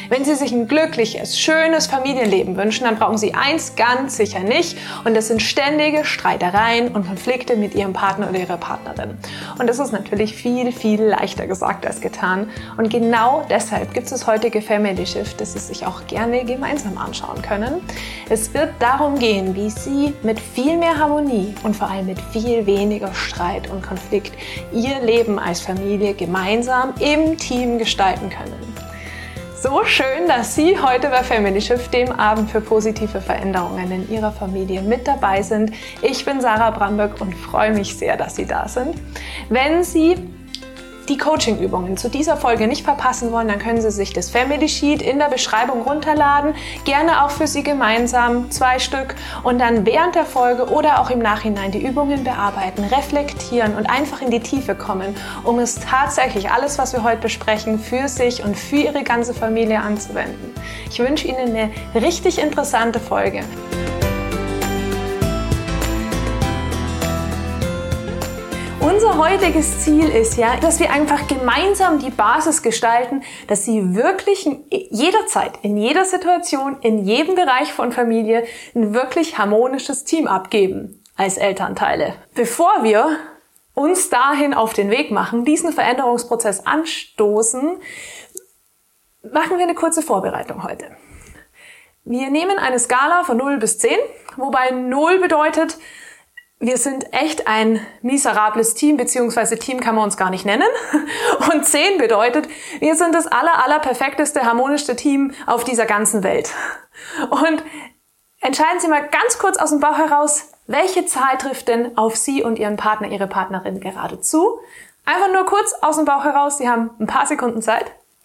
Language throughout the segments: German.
Wenn Sie sich ein glückliches, schönes Familienleben wünschen, dann brauchen Sie eins ganz sicher nicht und das sind ständige Streitereien und Konflikte mit Ihrem Partner oder Ihrer Partnerin. Und das ist natürlich viel, viel leichter gesagt als getan. Und genau deshalb gibt es das heutige Family Shift, das Sie sich auch gerne gemeinsam anschauen können. Es wird darum gehen, wie Sie mit viel mehr Harmonie und vor allem mit viel weniger Streit und Konflikt Ihr Leben als Familie gemeinsam im Team gestalten können. So schön, dass Sie heute bei Family Shift, dem Abend für positive Veränderungen in Ihrer Familie, mit dabei sind. Ich bin Sarah Bramberg und freue mich sehr, dass Sie da sind. Wenn Sie die Coaching-Übungen zu dieser Folge nicht verpassen wollen, dann können Sie sich das Family Sheet in der Beschreibung runterladen. Gerne auch für Sie gemeinsam 2 Stück und dann während der Folge oder auch im Nachhinein die Übungen bearbeiten, reflektieren und einfach in die Tiefe kommen, um es tatsächlich alles, was wir heute besprechen, für sich und für Ihre ganze Familie anzuwenden. Ich wünsche Ihnen eine richtig interessante Folge. Unser heutiges Ziel ist ja, dass wir einfach gemeinsam die Basis gestalten, dass Sie wirklich jederzeit, in jeder Situation, in jedem Bereich von Familie ein wirklich harmonisches Team abgeben als Elternteile. Bevor wir uns dahin auf den Weg machen, diesen Veränderungsprozess anstoßen, machen wir eine kurze Vorbereitung heute. Wir nehmen eine Skala von 0 bis 10, wobei 0 bedeutet, wir sind echt ein miserables Team, beziehungsweise Team kann man uns gar nicht nennen. Und 10 bedeutet, wir sind das allerperfekteste, harmonischste Team auf dieser ganzen Welt. Und entscheiden Sie mal ganz kurz aus dem Bauch heraus, welche Zahl trifft denn auf Sie und Ihren Partner, Ihre Partnerin gerade zu? Einfach nur kurz aus dem Bauch heraus, Sie haben ein paar Sekunden Zeit.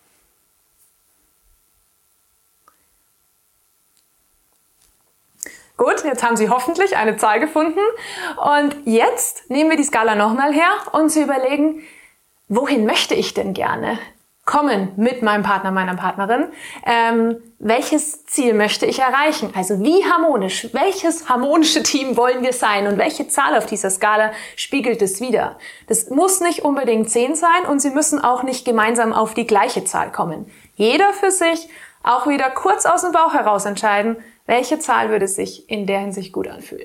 Gut, jetzt haben Sie hoffentlich eine Zahl gefunden und jetzt nehmen wir die Skala nochmal her und Sie überlegen, wohin möchte ich denn gerne kommen mit meinem Partner, meiner Partnerin? Welches Ziel möchte ich erreichen? Also wie harmonisch, welches harmonische Team wollen wir sein und welche Zahl auf dieser Skala spiegelt es wider? Das muss nicht unbedingt 10 sein und Sie müssen auch nicht gemeinsam auf die gleiche Zahl kommen. Jeder für sich auch wieder kurz aus dem Bauch heraus entscheiden, welche Zahl würde sich in der Hinsicht gut anfühlen?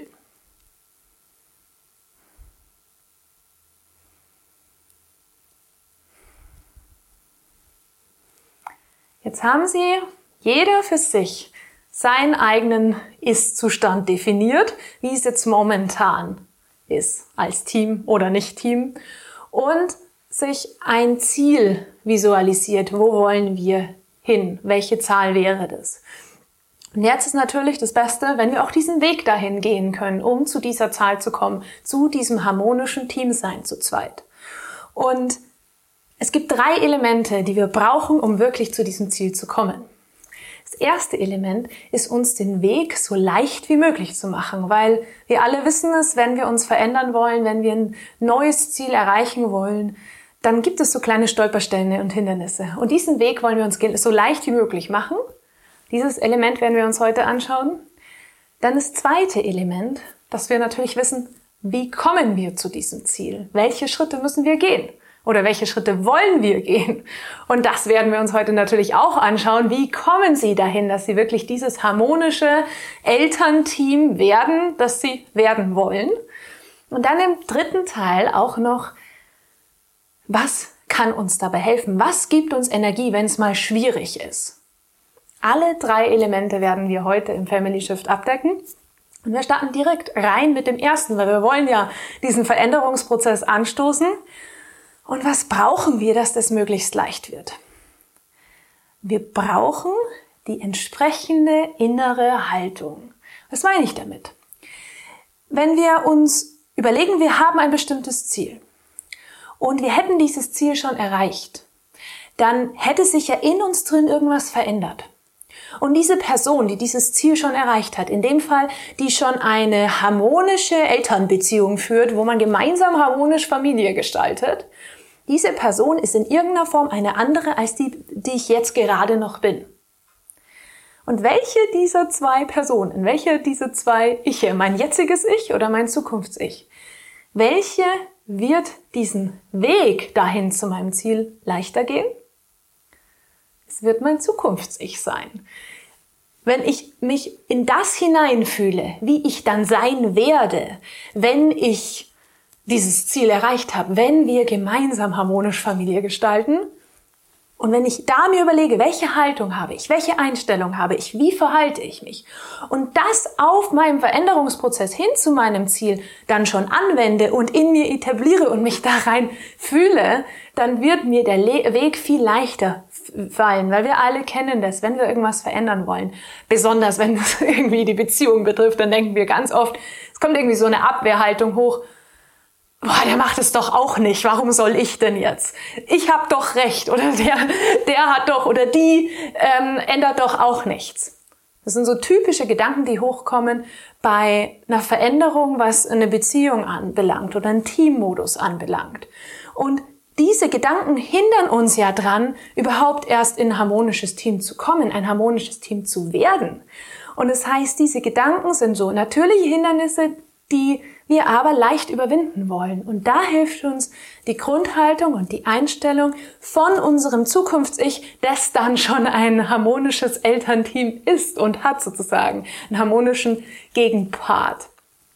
Jetzt haben Sie jeder für sich seinen eigenen Ist-Zustand definiert, wie es jetzt momentan ist, als Team oder nicht Team, und sich ein Ziel visualisiert. Wo wollen wir hin? Welche Zahl wäre das? Und jetzt ist natürlich das Beste, wenn wir auch diesen Weg dahin gehen können, um zu dieser Zahl zu kommen, zu diesem harmonischen Teamsein zu zweit. Und es gibt 3 Elemente, die wir brauchen, um wirklich zu diesem Ziel zu kommen. Das erste Element ist, uns den Weg so leicht wie möglich zu machen, weil wir alle wissen es, wenn wir uns verändern wollen, wenn wir ein neues Ziel erreichen wollen, dann gibt es so kleine Stolpersteine und Hindernisse. Und diesen Weg wollen wir uns so leicht wie möglich machen. Dieses Element werden wir uns heute anschauen. Dann das zweite Element, dass wir natürlich wissen, wie kommen wir zu diesem Ziel? Welche Schritte müssen wir gehen? Oder welche Schritte wollen wir gehen? Und das werden wir uns heute natürlich auch anschauen. Wie kommen Sie dahin, dass Sie wirklich dieses harmonische Elternteam werden, das Sie werden wollen? Und dann im dritten Teil auch noch, was kann uns dabei helfen? Was gibt uns Energie, wenn es mal schwierig ist? Alle 3 Elemente werden wir heute im Family Shift abdecken. Und wir starten direkt rein mit dem ersten, weil wir wollen ja diesen Veränderungsprozess anstoßen. Und was brauchen wir, dass das möglichst leicht wird? Wir brauchen die entsprechende innere Haltung. Was meine ich damit? Wenn wir uns überlegen, wir haben ein bestimmtes Ziel und wir hätten dieses Ziel schon erreicht, dann hätte sich ja in uns drin irgendwas verändert. Und diese Person, die dieses Ziel schon erreicht hat, in dem Fall, die schon eine harmonische Elternbeziehung führt, wo man gemeinsam harmonisch Familie gestaltet, diese Person ist in irgendeiner Form eine andere als die ich jetzt gerade noch bin. Und welche dieser 2 Personen, welche dieser 2 Iche, mein jetziges Ich oder mein Zukunfts-Ich, welche wird diesen Weg dahin zu meinem Ziel leichter gehen? Es wird mein Zukunfts-Ich sein. Wenn ich mich in das hineinfühle, wie ich dann sein werde, wenn ich dieses Ziel erreicht habe, wenn wir gemeinsam harmonisch Familie gestalten, und wenn ich da mir überlege, welche Haltung habe ich, welche Einstellung habe ich, wie verhalte ich mich und das auf meinem Veränderungsprozess hin zu meinem Ziel dann schon anwende und in mir etabliere und mich da rein fühle, dann wird mir der Weg viel leichter fallen, weil wir alle kennen das, wenn wir irgendwas verändern wollen. Besonders wenn es irgendwie die Beziehung betrifft, dann denken wir ganz oft, es kommt irgendwie so eine Abwehrhaltung hoch. Boah, der macht es doch auch nicht. Warum soll ich denn jetzt? Ich habe doch recht oder der hat doch oder die ändert doch auch nichts. Das sind so typische Gedanken, die hochkommen bei einer Veränderung, was eine Beziehung anbelangt oder einen Teammodus anbelangt. Und diese Gedanken hindern uns ja dran, überhaupt erst in ein harmonisches Team zu kommen, ein harmonisches Team zu werden. Und das heißt, diese Gedanken sind so natürliche Hindernisse, die wir aber leicht überwinden wollen. Und da hilft uns die Grundhaltung und die Einstellung von unserem Zukunfts-Ich, das dann schon ein harmonisches Elternteam ist und hat sozusagen einen harmonischen Gegenpart.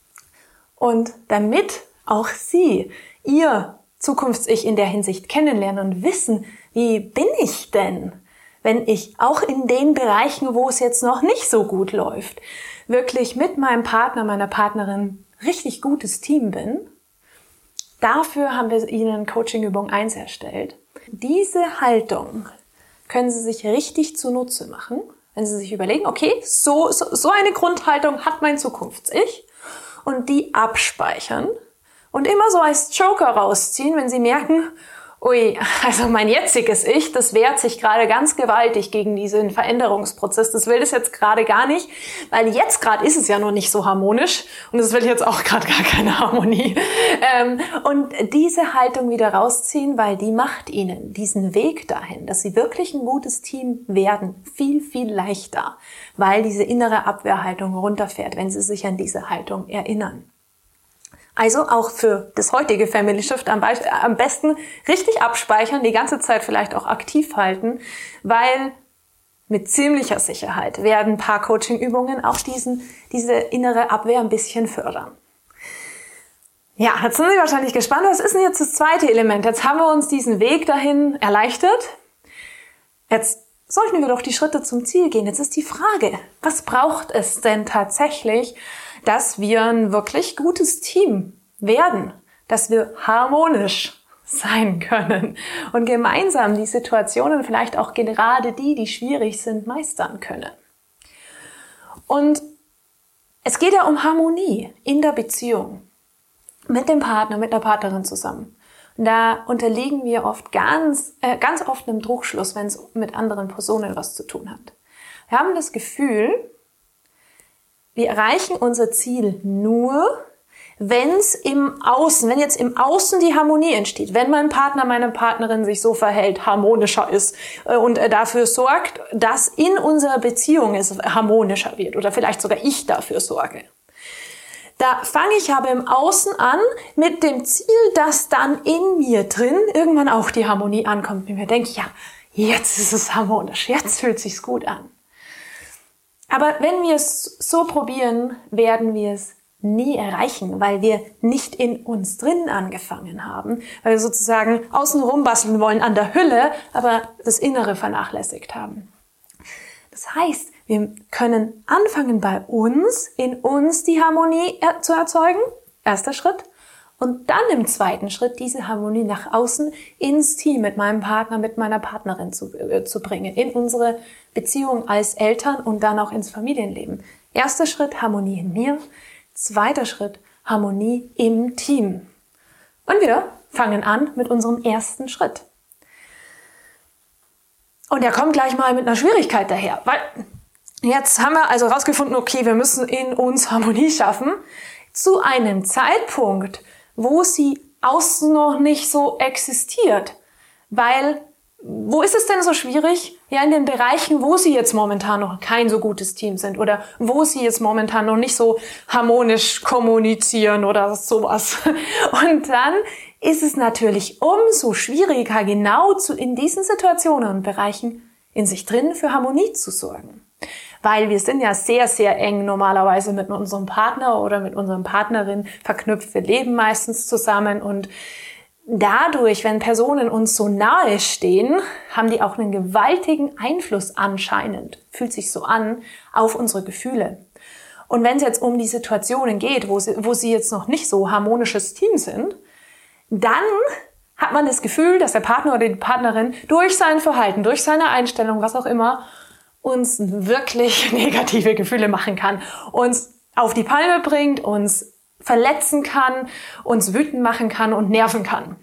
Und damit auch Sie ihr Zukunfts-Ich in der Hinsicht kennenlernen und wissen, wie bin ich denn, wenn ich auch in den Bereichen, wo es jetzt noch nicht so gut läuft, wirklich mit meinem Partner, meiner Partnerin richtig gutes Team bin. Dafür haben wir Ihnen Coaching-Übung 1 erstellt. Diese Haltung können Sie sich richtig zunutze machen, wenn Sie sich überlegen, okay, so eine Grundhaltung hat mein Zukunfts-Ich und die abspeichern und immer so als Joker rausziehen, wenn Sie merken, ui, also mein jetziges Ich, das wehrt sich gerade ganz gewaltig gegen diesen Veränderungsprozess. Das will das jetzt gerade gar nicht, weil jetzt gerade ist es ja noch nicht so harmonisch und das will jetzt auch gerade gar keine Harmonie. Und diese Haltung wieder rausziehen, weil die macht Ihnen diesen Weg dahin, dass Sie wirklich ein gutes Team werden, viel, viel leichter, weil diese innere Abwehrhaltung runterfährt, wenn Sie sich an diese Haltung erinnern. Also auch für das heutige Family Shift am besten richtig abspeichern, die ganze Zeit vielleicht auch aktiv halten, weil mit ziemlicher Sicherheit werden ein paar Coaching-Übungen auch diese innere Abwehr ein bisschen fördern. Ja, jetzt sind Sie wahrscheinlich gespannt, was ist denn jetzt das zweite Element? Jetzt haben wir uns diesen Weg dahin erleichtert. Jetzt sollten wir doch die Schritte zum Ziel gehen. Jetzt ist die Frage, was braucht es denn tatsächlich, dass wir ein wirklich gutes Team werden, dass wir harmonisch sein können und gemeinsam die Situationen, vielleicht auch gerade die schwierig sind, meistern können. Und es geht ja um Harmonie in der Beziehung mit dem Partner, mit der Partnerin zusammen. Und da unterliegen wir oft ganz oft einem Trugschluss, wenn es mit anderen Personen was zu tun hat. Wir haben das Gefühl, wir erreichen unser Ziel nur, wenn jetzt im Außen die Harmonie entsteht, wenn mein Partner, meine Partnerin sich so verhält, harmonischer ist und dafür sorgt, dass in unserer Beziehung es harmonischer wird oder vielleicht sogar ich dafür sorge. Da fange ich aber im Außen an mit dem Ziel, dass dann in mir drin irgendwann auch die Harmonie ankommt. Und mir denke ich, ja, jetzt ist es harmonisch, jetzt fühlt es sich gut an. Aber wenn wir es so probieren, werden wir es nie erreichen, weil wir nicht in uns drin angefangen haben, weil wir sozusagen außen rum basteln wollen an der Hülle, aber das Innere vernachlässigt haben. Das heißt, wir können anfangen bei uns, in uns die Harmonie zu erzeugen, erster Schritt, und dann im zweiten Schritt diese Harmonie nach außen ins Team mit meinem Partner, mit meiner Partnerin zu bringen, in unsere Beziehung als Eltern und dann auch ins Familienleben. Erster Schritt, Harmonie in mir. Zweiter Schritt, Harmonie im Team. Und wir fangen an mit unserem ersten Schritt. Und der kommt gleich mal mit einer Schwierigkeit daher, weil jetzt haben wir also herausgefunden, okay, wir müssen in uns Harmonie schaffen, zu einem Zeitpunkt, wo sie außen noch nicht so existiert. Weil, wo ist es denn so schwierig? Ja, in den Bereichen, wo sie jetzt momentan noch kein so gutes Team sind oder wo sie jetzt momentan noch nicht so harmonisch kommunizieren oder sowas. Und dann ist es natürlich umso schwieriger, genau in diesen Situationen und Bereichen in sich drin für Harmonie zu sorgen. Weil wir sind ja sehr, sehr eng normalerweise mit unserem Partner oder mit unserer Partnerin verknüpft. Wir leben meistens zusammen und dadurch, wenn Personen uns so nahe stehen, haben die auch einen gewaltigen Einfluss anscheinend, fühlt sich so an, auf unsere Gefühle. Und wenn es jetzt um die Situationen geht, wo sie jetzt noch nicht so harmonisches Team sind, dann hat man das Gefühl, dass der Partner oder die Partnerin durch sein Verhalten, durch seine Einstellung, was auch immer, uns wirklich negative Gefühle machen kann, uns auf die Palme bringt, uns verletzen kann, uns wütend machen kann und nerven kann.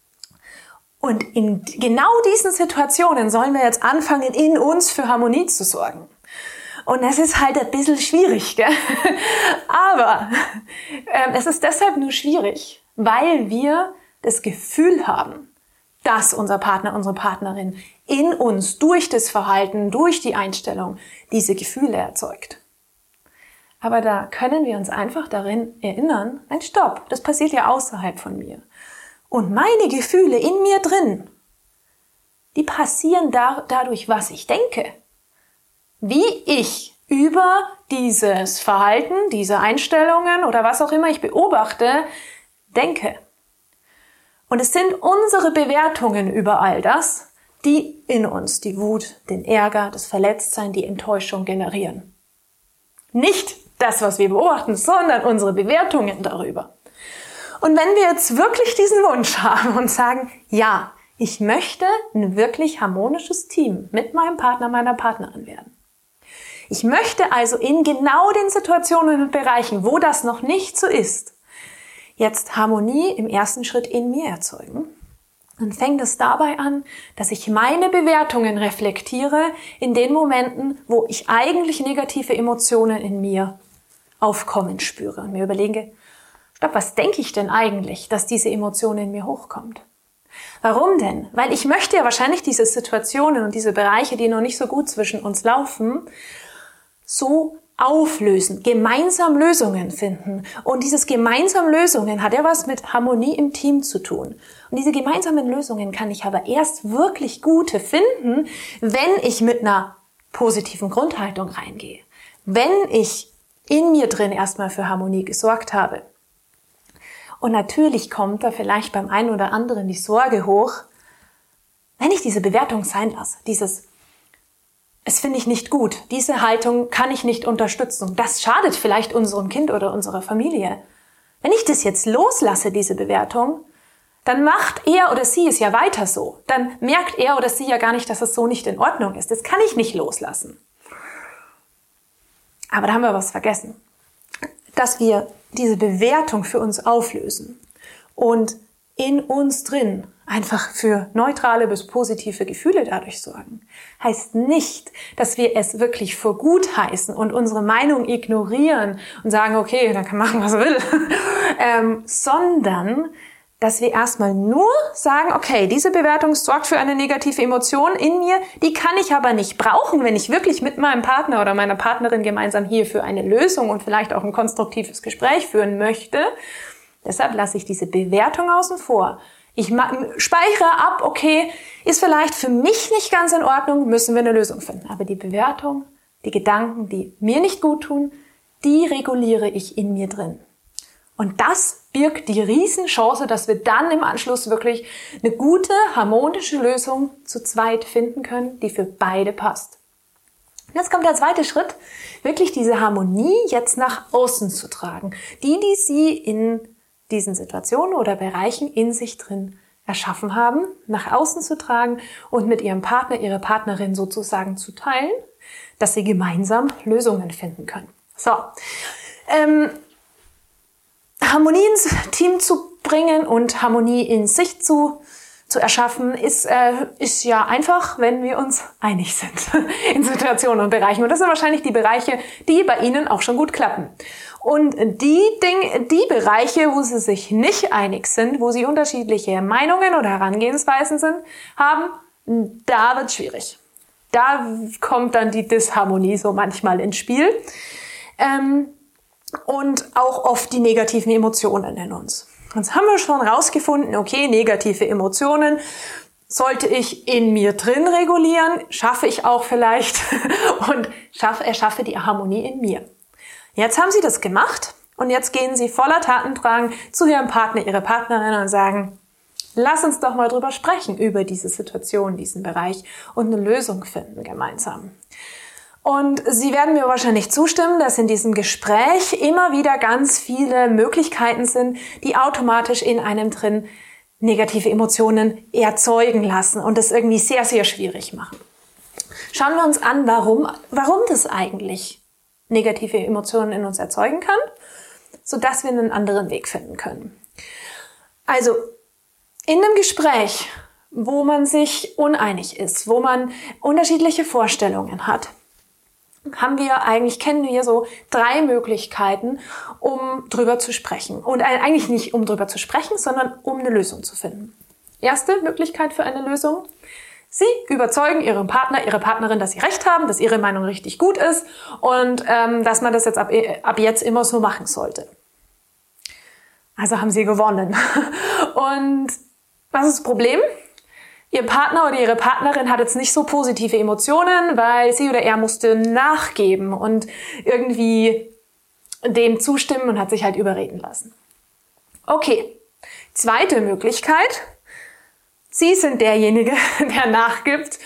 Und in genau diesen Situationen sollen wir jetzt anfangen, in uns für Harmonie zu sorgen. Und das ist halt ein bisschen schwierig, gell? Aber es ist deshalb nur schwierig, weil wir das Gefühl haben, dass unser Partner, unsere Partnerin in uns durch das Verhalten, durch die Einstellung diese Gefühle erzeugt. Aber da können wir uns einfach darin erinnern, nein, stopp, das passiert ja außerhalb von mir. Und meine Gefühle in mir drin, die passieren dadurch, was ich denke. Wie ich über dieses Verhalten, diese Einstellungen oder was auch immer ich beobachte, denke. Und es sind unsere Bewertungen über all das, die in uns die Wut, den Ärger, das Verletztsein, die Enttäuschung generieren. Nicht das, was wir beobachten, sondern unsere Bewertungen darüber. Und wenn wir jetzt wirklich diesen Wunsch haben und sagen, ja, ich möchte ein wirklich harmonisches Team mit meinem Partner, meiner Partnerin werden. Ich möchte also in genau den Situationen und Bereichen, wo das noch nicht so ist, jetzt Harmonie im ersten Schritt in mir erzeugen. Dann fängt es dabei an, dass ich meine Bewertungen reflektiere in den Momenten, wo ich eigentlich negative Emotionen in mir aufkommen spüre und mir überlege, stopp, was denke ich denn eigentlich, dass diese Emotion in mir hochkommt? Warum denn? Weil ich möchte ja wahrscheinlich diese Situationen und diese Bereiche, die noch nicht so gut zwischen uns laufen, so auflösen, gemeinsam Lösungen finden. Und dieses gemeinsam Lösungen hat ja was mit Harmonie im Team zu tun. Und diese gemeinsamen Lösungen kann ich aber erst wirklich gute finden, wenn ich mit einer positiven Grundhaltung reingehe. Wenn ich in mir drin erstmal für Harmonie gesorgt habe. Und natürlich kommt da vielleicht beim einen oder anderen die Sorge hoch, wenn ich diese Bewertung sein lasse, es finde ich nicht gut, diese Haltung kann ich nicht unterstützen, das schadet vielleicht unserem Kind oder unserer Familie. Wenn ich das jetzt loslasse, diese Bewertung, dann macht er oder sie es ja weiter so. Dann merkt er oder sie ja gar nicht, dass es so nicht in Ordnung ist. Das kann ich nicht loslassen. Aber da haben wir was vergessen. Dass wir diese Bewertung für uns auflösen und in uns drin einfach für neutrale bis positive Gefühle dadurch sorgen, heißt nicht, dass wir es wirklich für gut heißen und unsere Meinung ignorieren und sagen, okay, dann kann machen, was er will, sondern dass wir erstmal nur sagen, okay, diese Bewertung sorgt für eine negative Emotion in mir, die kann ich aber nicht brauchen, wenn ich wirklich mit meinem Partner oder meiner Partnerin gemeinsam hier für eine Lösung und vielleicht auch ein konstruktives Gespräch führen möchte. Deshalb lasse ich diese Bewertung außen vor. Ich speichere ab, okay, ist vielleicht für mich nicht ganz in Ordnung, müssen wir eine Lösung finden. Aber die Bewertung, die Gedanken, die mir nicht gut tun, die reguliere ich in mir drin. Und das birgt die Riesenchance, dass wir dann im Anschluss wirklich eine gute, harmonische Lösung zu zweit finden können, die für beide passt. Und jetzt kommt der zweite Schritt, wirklich diese Harmonie jetzt nach außen zu tragen. Die Sie in diesen Situationen oder Bereichen in sich drin erschaffen haben, nach außen zu tragen und mit Ihrem Partner, Ihrer Partnerin sozusagen zu teilen, dass Sie gemeinsam Lösungen finden können. So, Harmonie ins Team zu bringen und Harmonie in sich zu erschaffen, ist ja einfach, wenn wir uns einig sind in Situationen und Bereichen. Und das sind wahrscheinlich die Bereiche, die bei Ihnen auch schon gut klappen. Und die Bereiche, wo Sie sich nicht einig sind, wo Sie unterschiedliche Meinungen oder Herangehensweisen haben, da wird es schwierig. Da kommt dann die Disharmonie so manchmal ins Spiel. Und auch oft die negativen Emotionen in uns. Jetzt haben wir schon rausgefunden, okay, negative Emotionen, sollte ich in mir drin regulieren? Schaffe ich auch vielleicht und erschaffe die Harmonie in mir. Jetzt haben Sie das gemacht und jetzt gehen Sie voller Tatendrang zu Ihrem Partner, Ihrer Partnerin und sagen, lass uns doch mal drüber sprechen, über diese Situation, diesen Bereich und eine Lösung finden gemeinsam. Und Sie werden mir wahrscheinlich zustimmen, dass in diesem Gespräch immer wieder ganz viele Möglichkeiten sind, die automatisch in einem drin negative Emotionen erzeugen lassen und das irgendwie sehr, sehr schwierig machen. Schauen wir uns an, warum das eigentlich negative Emotionen in uns erzeugen kann, sodass wir einen anderen Weg finden können. Also, in einem Gespräch, wo man sich uneinig ist, wo man unterschiedliche Vorstellungen hat, kennen wir so 3 Möglichkeiten, um drüber zu sprechen. Und eigentlich nicht um drüber zu sprechen, sondern um eine Lösung zu finden. Erste Möglichkeit für eine Lösung: Sie überzeugen Ihren Partner, Ihre Partnerin, dass Sie recht haben, dass Ihre Meinung richtig gut ist und dass man das jetzt ab jetzt immer so machen sollte. Also haben Sie gewonnen. Und was ist das Problem? Ihr Partner oder Ihre Partnerin hat jetzt nicht so positive Emotionen, weil sie oder er musste nachgeben und irgendwie dem zustimmen und hat sich halt überreden lassen. Okay, zweite Möglichkeit. Sie sind derjenige, der nachgibt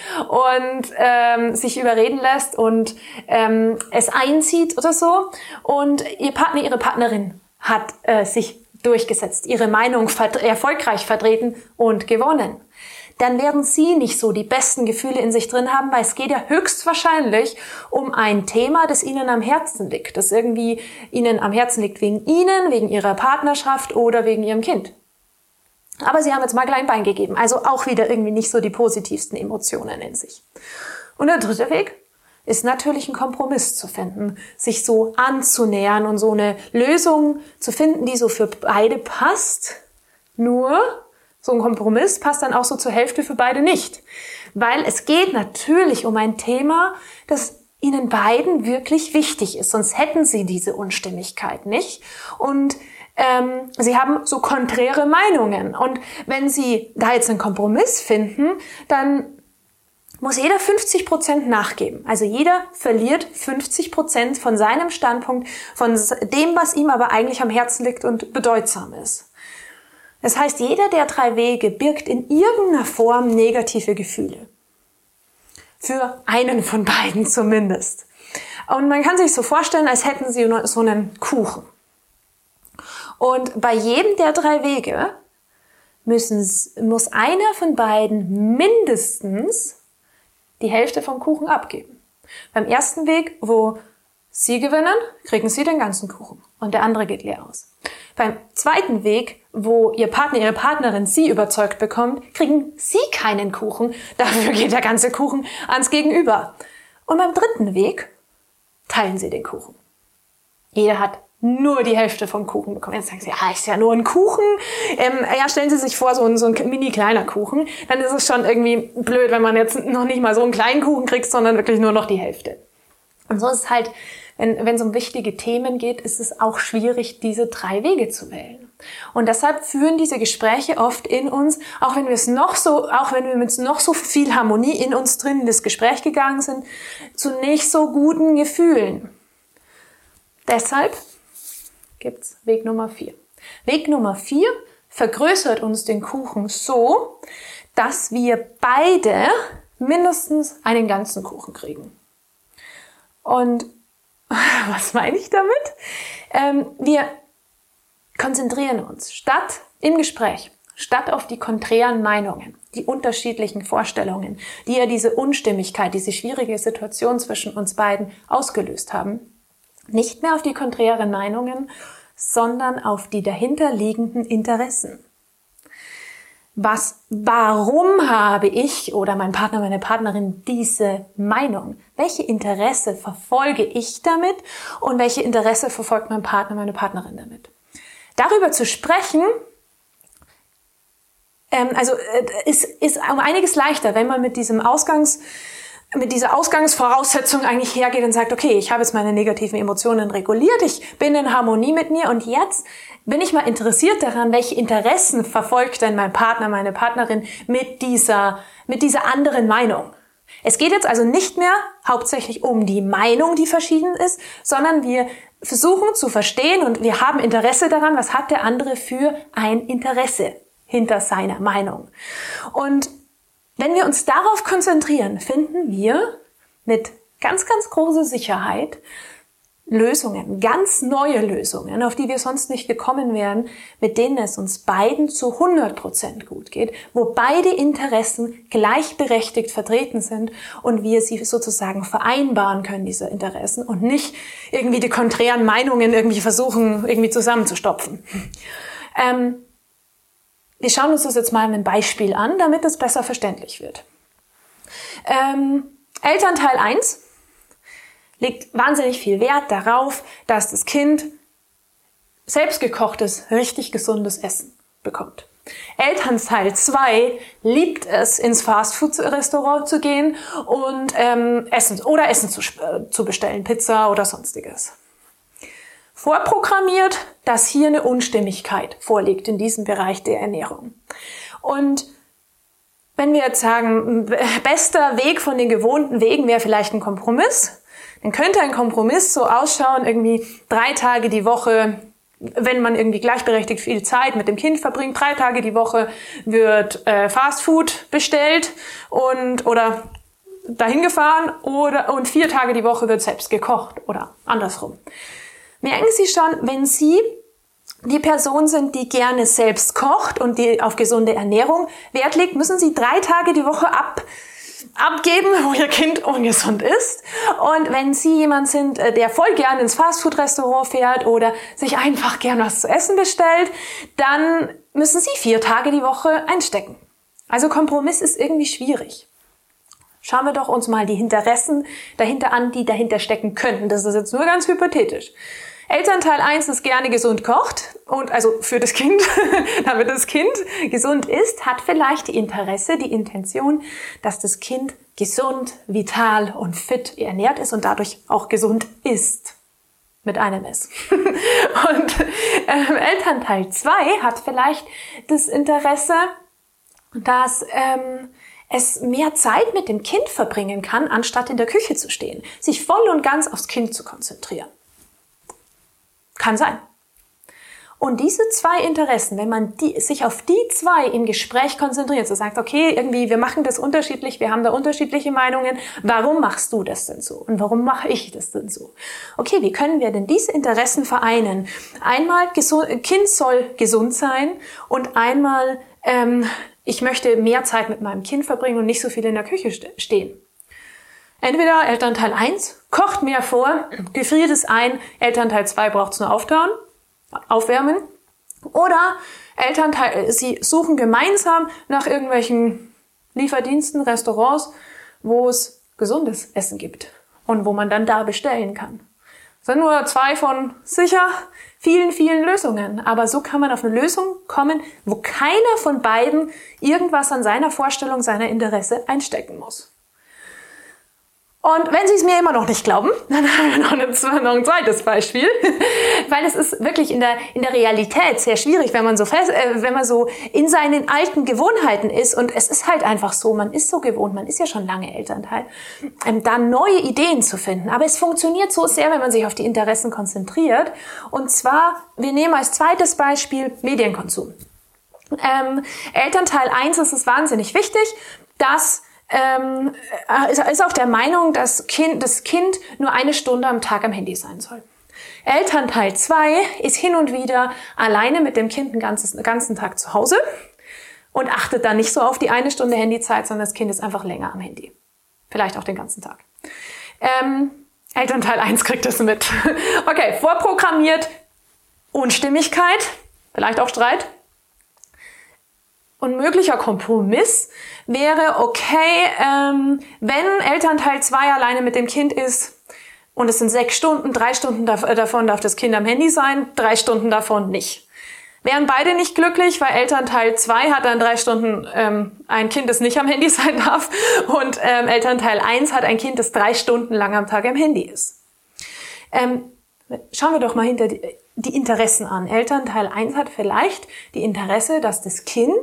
und sich überreden lässt und es einzieht oder so. Und Ihr Partner, Ihre Partnerin hat sich durchgesetzt, ihre Meinung erfolgreich vertreten und gewonnen. Dann werden Sie nicht so die besten Gefühle in sich drin haben, weil es geht ja höchstwahrscheinlich um ein Thema, das Ihnen am Herzen liegt, das irgendwie Ihnen am Herzen liegt wegen Ihnen, wegen Ihrer Partnerschaft oder wegen Ihrem Kind. Aber Sie haben jetzt mal klein Bein gegeben, also auch wieder irgendwie nicht so die positivsten Emotionen in sich. Und der dritte Weg ist natürlich ein Kompromiss zu finden, sich so anzunähern und so eine Lösung zu finden, die so für beide passt. Nur so ein Kompromiss passt dann auch so zur Hälfte für beide nicht. Weil es geht natürlich um ein Thema, das Ihnen beiden wirklich wichtig ist. Sonst hätten Sie diese Unstimmigkeit nicht. Und Sie haben so konträre Meinungen. Und wenn Sie da jetzt einen Kompromiss finden, dann muss jeder 50% nachgeben. Also jeder verliert 50% von seinem Standpunkt, von dem, was ihm aber eigentlich am Herzen liegt und bedeutsam ist. Das heißt, jeder der 3 Wege birgt in irgendeiner Form negative Gefühle. Für einen von beiden zumindest. Und man kann sich so vorstellen, als hätten Sie so einen Kuchen. Und bei jedem der 3 Wege muss einer von beiden mindestens die Hälfte vom Kuchen abgeben. Beim ersten Weg, wo Sie gewinnen, kriegen Sie den ganzen Kuchen und der andere geht leer aus. Beim zweiten Weg, wo Ihr Partner, Ihre Partnerin Sie überzeugt bekommt, kriegen Sie keinen Kuchen, dafür geht der ganze Kuchen ans Gegenüber. Und beim dritten Weg teilen Sie den Kuchen. Jeder hat nur die Hälfte vom Kuchen bekommen. Jetzt sagen Sie, ja, ist ja nur ein Kuchen. Stellen Sie sich vor, so ein mini kleiner Kuchen. Dann ist es schon irgendwie blöd, wenn man jetzt noch nicht mal so einen kleinen Kuchen kriegt, sondern wirklich nur noch die Hälfte. Und so ist es halt, wenn es um wichtige Themen geht, ist es auch schwierig, diese 3 Wege zu wählen. Und deshalb führen diese Gespräche oft in uns, auch wenn wir mit noch so viel Harmonie in uns drin in das Gespräch gegangen sind, zu nicht so guten Gefühlen. Deshalb gibt's Weg Nummer 4. Weg Nummer 4 vergrößert uns den Kuchen so, dass wir beide mindestens einen ganzen Kuchen kriegen. Und was meine ich damit? Wir konzentrieren uns im Gespräch, statt auf die konträren Meinungen, die unterschiedlichen Vorstellungen, die ja diese Unstimmigkeit, diese schwierige Situation zwischen uns beiden ausgelöst haben, nicht mehr auf die konträren Meinungen, sondern auf die dahinterliegenden Interessen. Warum habe ich oder mein Partner, meine Partnerin diese Meinung? Welche Interesse verfolge ich damit und welche Interesse verfolgt mein Partner, meine Partnerin damit? Darüber zu sprechen, ist um einiges leichter, wenn man mit diesem mit dieser Ausgangsvoraussetzung eigentlich hergeht und sagt, okay, ich habe jetzt meine negativen Emotionen reguliert, ich bin in Harmonie mit mir und jetzt bin ich mal interessiert daran, welche Interessen verfolgt denn mein Partner, meine Partnerin mit dieser anderen Meinung. Es geht jetzt also nicht mehr hauptsächlich um die Meinung, die verschieden ist, sondern wir versuchen zu verstehen und wir haben Interesse daran, was hat der andere für ein Interesse hinter seiner Meinung. Und wenn wir uns darauf konzentrieren, finden wir mit ganz, ganz großer Sicherheit Lösungen, ganz neue Lösungen, auf die wir sonst nicht gekommen wären, mit denen es uns beiden zu 100% gut geht, wo beide Interessen gleichberechtigt vertreten sind und wir sie sozusagen vereinbaren können, diese Interessen, und nicht irgendwie die konträren Meinungen irgendwie versuchen, irgendwie zusammenzustopfen. Wir schauen uns das jetzt mal mit einem Beispiel an, damit es besser verständlich wird. Elternteil 1 legt wahnsinnig viel Wert darauf, dass das Kind selbstgekochtes, richtig gesundes Essen bekommt. Elternteil 2 liebt es, ins Fastfood-Restaurant zu gehen und Essen zu bestellen, Pizza oder sonstiges. Vorprogrammiert, dass hier eine Unstimmigkeit vorliegt in diesem Bereich der Ernährung. Und wenn wir jetzt sagen, bester Weg von den gewohnten Wegen wäre vielleicht ein Kompromiss, dann könnte ein Kompromiss so ausschauen, irgendwie 3 Tage die Woche, wenn man irgendwie gleichberechtigt viel Zeit mit dem Kind verbringt, 3 Tage die Woche wird Fastfood bestellt oder dahin gefahren und 4 Tage die Woche wird selbst gekocht oder andersrum. Merken Sie schon, wenn Sie die Person sind, die gerne selbst kocht und die auf gesunde Ernährung Wert legt, müssen Sie 3 Tage die Woche abgeben, wo Ihr Kind ungesund ist. Und wenn Sie jemand sind, der voll gerne ins Fastfood-Restaurant fährt oder sich einfach gern was zu essen bestellt, dann müssen Sie 4 Tage die Woche einstecken. Also Kompromiss ist irgendwie schwierig. Schauen wir doch uns mal die Interessen dahinter an, die dahinter stecken könnten. Das ist jetzt nur ganz hypothetisch. Elternteil 1, das gerne gesund kocht und also für das Kind, damit das Kind gesund ist, hat vielleicht die Intention, dass das Kind gesund, vital und fit ernährt ist und dadurch auch gesund ist. Mit einem S. Und Elternteil 2 hat vielleicht das Interesse, dass es mehr Zeit mit dem Kind verbringen kann, anstatt in der Küche zu stehen. Sich voll und ganz aufs Kind zu konzentrieren. Kann sein. Und diese 2 Interessen, wenn man sich auf die 2 im Gespräch konzentriert, so sagt, okay, irgendwie, wir machen das unterschiedlich, wir haben da unterschiedliche Meinungen, warum machst du das denn so? Und warum mache ich das denn so? Okay, wie können wir denn diese Interessen vereinen? Einmal, Kind soll gesund sein und einmal, ich möchte mehr Zeit mit meinem Kind verbringen und nicht so viel in der Küche stehen. Entweder Elternteil 1 kocht mehr vor, gefriert es ein, Elternteil 2 braucht es nur aufwärmen. Oder sie suchen gemeinsam nach irgendwelchen Lieferdiensten, Restaurants, wo es gesundes Essen gibt und wo man dann da bestellen kann. Das sind nur 2 von sicher vielen, vielen Lösungen. Aber so kann man auf eine Lösung kommen, wo keiner von beiden irgendwas an seiner Vorstellung, seiner Interesse einstecken muss. Und wenn Sie es mir immer noch nicht glauben, dann haben wir noch ein zweites Beispiel, weil es ist wirklich in der Realität sehr schwierig, wenn man so in seinen alten Gewohnheiten ist, und es ist halt einfach so, man ist so gewohnt, man ist ja schon lange Elternteil, da neue Ideen zu finden. Aber es funktioniert so sehr, wenn man sich auf die Interessen konzentriert. Und zwar, wir nehmen als zweites Beispiel Medienkonsum. Elternteil 1 ist es wahnsinnig wichtig, dass ist auch der Meinung, dass das Kind nur 1 Stunde am Tag am Handy sein soll. Elternteil 2 ist hin und wieder alleine mit dem Kind den ganzen Tag zu Hause und achtet dann nicht so auf die 1 Stunde Handyzeit, sondern das Kind ist einfach länger am Handy. Vielleicht auch den ganzen Tag. Elternteil 1 kriegt das mit. Okay, vorprogrammiert Unstimmigkeit, vielleicht auch Streit. Und möglicher Kompromiss wäre, okay, wenn Elternteil 2 alleine mit dem Kind ist und es sind 6 Stunden, 3 Stunden davon darf das Kind am Handy sein, 3 Stunden davon nicht. Wären beide nicht glücklich, weil Elternteil 2 hat dann 3 Stunden ein Kind, das nicht am Handy sein darf, und Elternteil 1 hat ein Kind, das 3 Stunden lang am Tag am Handy ist. Schauen wir doch mal hinter die Interessen an. Elternteil 1 hat vielleicht die Interesse, dass das Kind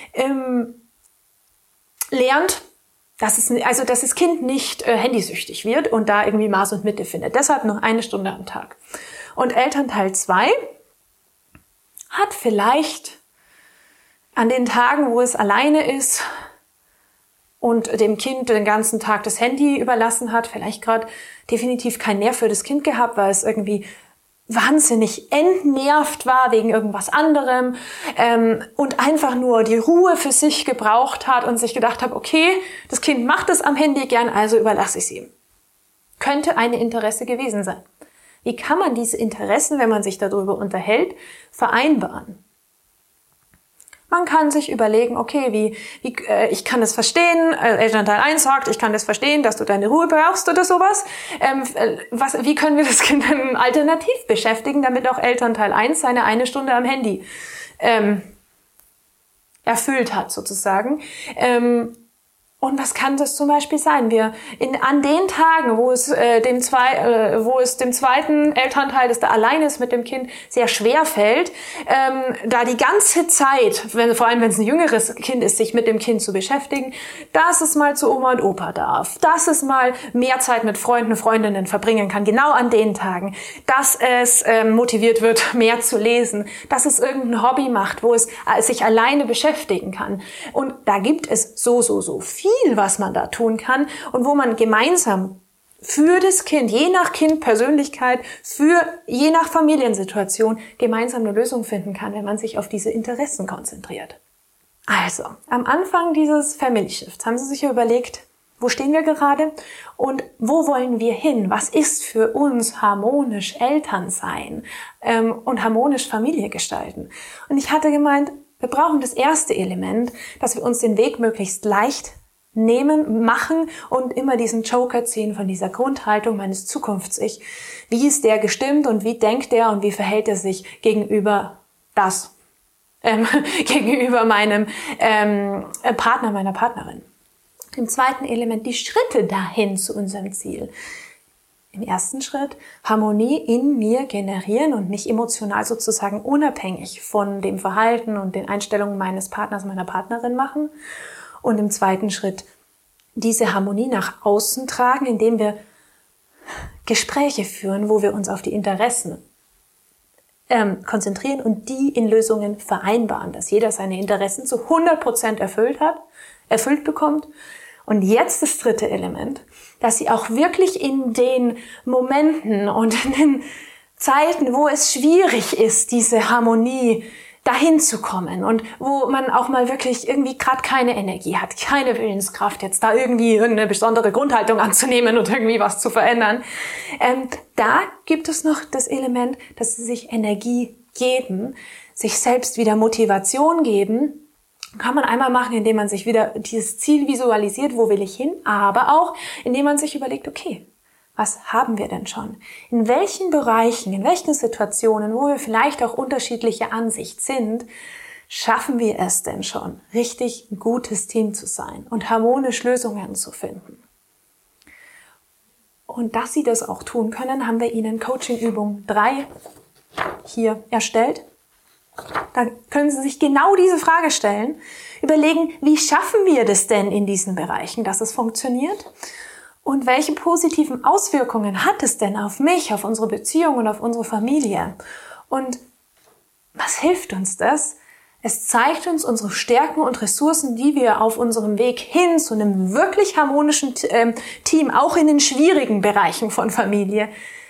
lernt, dass das Kind nicht handysüchtig wird und da irgendwie Maß und Mitte findet. Deshalb nur 1 Stunde am Tag. Und Elternteil 2 hat vielleicht an den Tagen, wo es alleine ist und dem Kind den ganzen Tag das Handy überlassen hat, vielleicht gerade definitiv keinen Nerv für das Kind gehabt, weil es irgendwie wahnsinnig entnervt war wegen irgendwas anderem und einfach nur die Ruhe für sich gebraucht hat und sich gedacht hat, okay, das Kind macht es am Handy gern, also überlasse ich es ihm. Könnte ein Interesse gewesen sein. Wie kann man diese Interessen, wenn man sich darüber unterhält, vereinbaren? Man kann sich überlegen, okay, ich kann es verstehen, Elternteil 1 sagt, ich kann das verstehen, dass du deine Ruhe brauchst oder sowas. Wie können wir das Kind dann alternativ beschäftigen, damit auch Elternteil 1 seine 1 Stunde am Handy erfüllt hat, sozusagen. Und was kann das zum Beispiel sein? An den Tagen, wo es dem zweiten Elternteil, das da alleine ist mit dem Kind, sehr schwer fällt, da die ganze Zeit, vor allem wenn es ein jüngeres Kind ist, sich mit dem Kind zu beschäftigen, dass es mal zu Oma und Opa darf, dass es mal mehr Zeit mit Freunden und Freundinnen verbringen kann, genau an den Tagen, dass es motiviert wird, mehr zu lesen, dass es irgendein Hobby macht, wo es sich alleine beschäftigen kann. Und da gibt es so viel, was man da tun kann und wo man gemeinsam für das Kind, je nach Kindpersönlichkeit, je nach Familiensituation gemeinsam eine Lösung finden kann, wenn man sich auf diese Interessen konzentriert. Also, am Anfang dieses Family Shifts haben Sie sich ja überlegt, wo stehen wir gerade und wo wollen wir hin? Was ist für uns harmonisch Elternsein und harmonisch Familie gestalten? Und ich hatte gemeint, wir brauchen das erste Element, dass wir uns den Weg möglichst leicht machen und immer diesen Joker ziehen von dieser Grundhaltung meines Zukunfts-Ich. Wie ist der gestimmt und wie denkt er und wie verhält er sich gegenüber gegenüber meinem Partner, meiner Partnerin. Im zweiten Element die Schritte dahin zu unserem Ziel. Im ersten Schritt Harmonie in mir generieren und mich emotional sozusagen unabhängig von dem Verhalten und den Einstellungen meines Partners, meiner Partnerin machen. Und im zweiten Schritt diese Harmonie nach außen tragen, indem wir Gespräche führen, wo wir uns auf die Interessen konzentrieren und die in Lösungen vereinbaren, dass jeder seine Interessen zu 100% erfüllt bekommt. Und jetzt das dritte Element, dass sie auch wirklich in den Momenten und in den Zeiten, wo es schwierig ist, diese Harmonie dahin zu kommen und wo man auch mal wirklich irgendwie gerade keine Energie hat, keine Willenskraft, jetzt da irgendwie irgendeine besondere Grundhaltung anzunehmen und irgendwie was zu verändern. Da gibt es noch das Element, dass sie sich Energie geben, sich selbst wieder Motivation geben. Kann man einmal machen, indem man sich wieder dieses Ziel visualisiert, wo will ich hin, aber auch indem man sich überlegt, okay, was haben wir denn schon? In welchen Bereichen, in welchen Situationen, wo wir vielleicht auch unterschiedlicher Ansicht sind, schaffen wir es denn schon, richtig ein gutes Team zu sein und harmonisch Lösungen zu finden? Und dass Sie das auch tun können, haben wir Ihnen Coaching-Übung 3 hier erstellt. Da können Sie sich genau diese Frage stellen, überlegen, wie schaffen wir das denn in diesen Bereichen, dass es funktioniert? Und welche positiven Auswirkungen hat es denn auf mich, auf unsere Beziehung und auf unsere Familie? Und was hilft uns das? Es zeigt uns unsere Stärken und Ressourcen, die wir auf unserem Weg hin zu einem wirklich harmonischen Team, auch in den schwierigen Bereichen von Familie,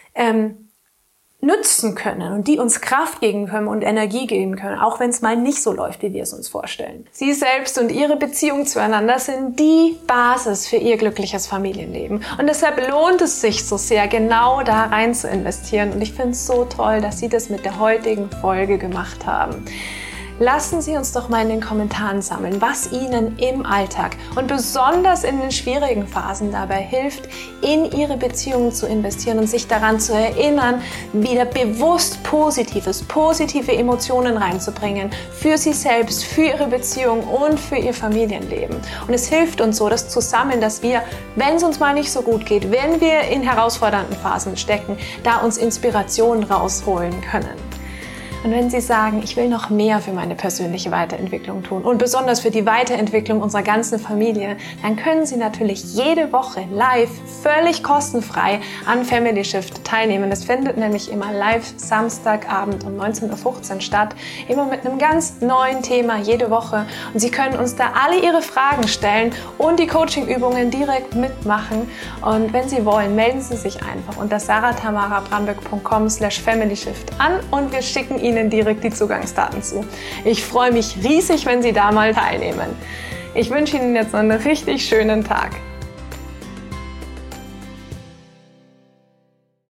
nützen können und die uns Kraft geben können und Energie geben können, auch wenn es mal nicht so läuft, wie wir es uns vorstellen. Sie selbst und Ihre Beziehung zueinander sind die Basis für Ihr glückliches Familienleben. Und deshalb lohnt es sich so sehr, genau da rein zu investieren. Und ich finde es so toll, dass Sie das mit der heutigen Folge gemacht haben. Lassen Sie uns doch mal in den Kommentaren sammeln, was Ihnen im Alltag und besonders in den schwierigen Phasen dabei hilft, in Ihre Beziehungen zu investieren und sich daran zu erinnern, wieder bewusst positive Emotionen reinzubringen für Sie selbst, für Ihre Beziehung und für Ihr Familienleben. Und es hilft uns so, das zu sammeln, dass wir, wenn es uns mal nicht so gut geht, wenn wir in herausfordernden Phasen stecken, da uns Inspiration rausholen können. Und wenn Sie sagen, ich will noch mehr für meine persönliche Weiterentwicklung tun und besonders für die Weiterentwicklung unserer ganzen Familie, dann können Sie natürlich jede Woche live, völlig kostenfrei an Family Shift teilnehmen. Das findet nämlich immer live Samstagabend um 19:15 Uhr statt, immer mit einem ganz neuen Thema jede Woche. Und Sie können uns da alle Ihre Fragen stellen und die Coaching-Übungen direkt mitmachen. Und wenn Sie wollen, melden Sie sich einfach unter sarahtamarabrandberg.com/familyshift an und wir schicken Ihnen direkt die Zugangsdaten zu. Ich freue mich riesig, wenn Sie da mal teilnehmen. Ich wünsche Ihnen jetzt noch einen richtig schönen Tag.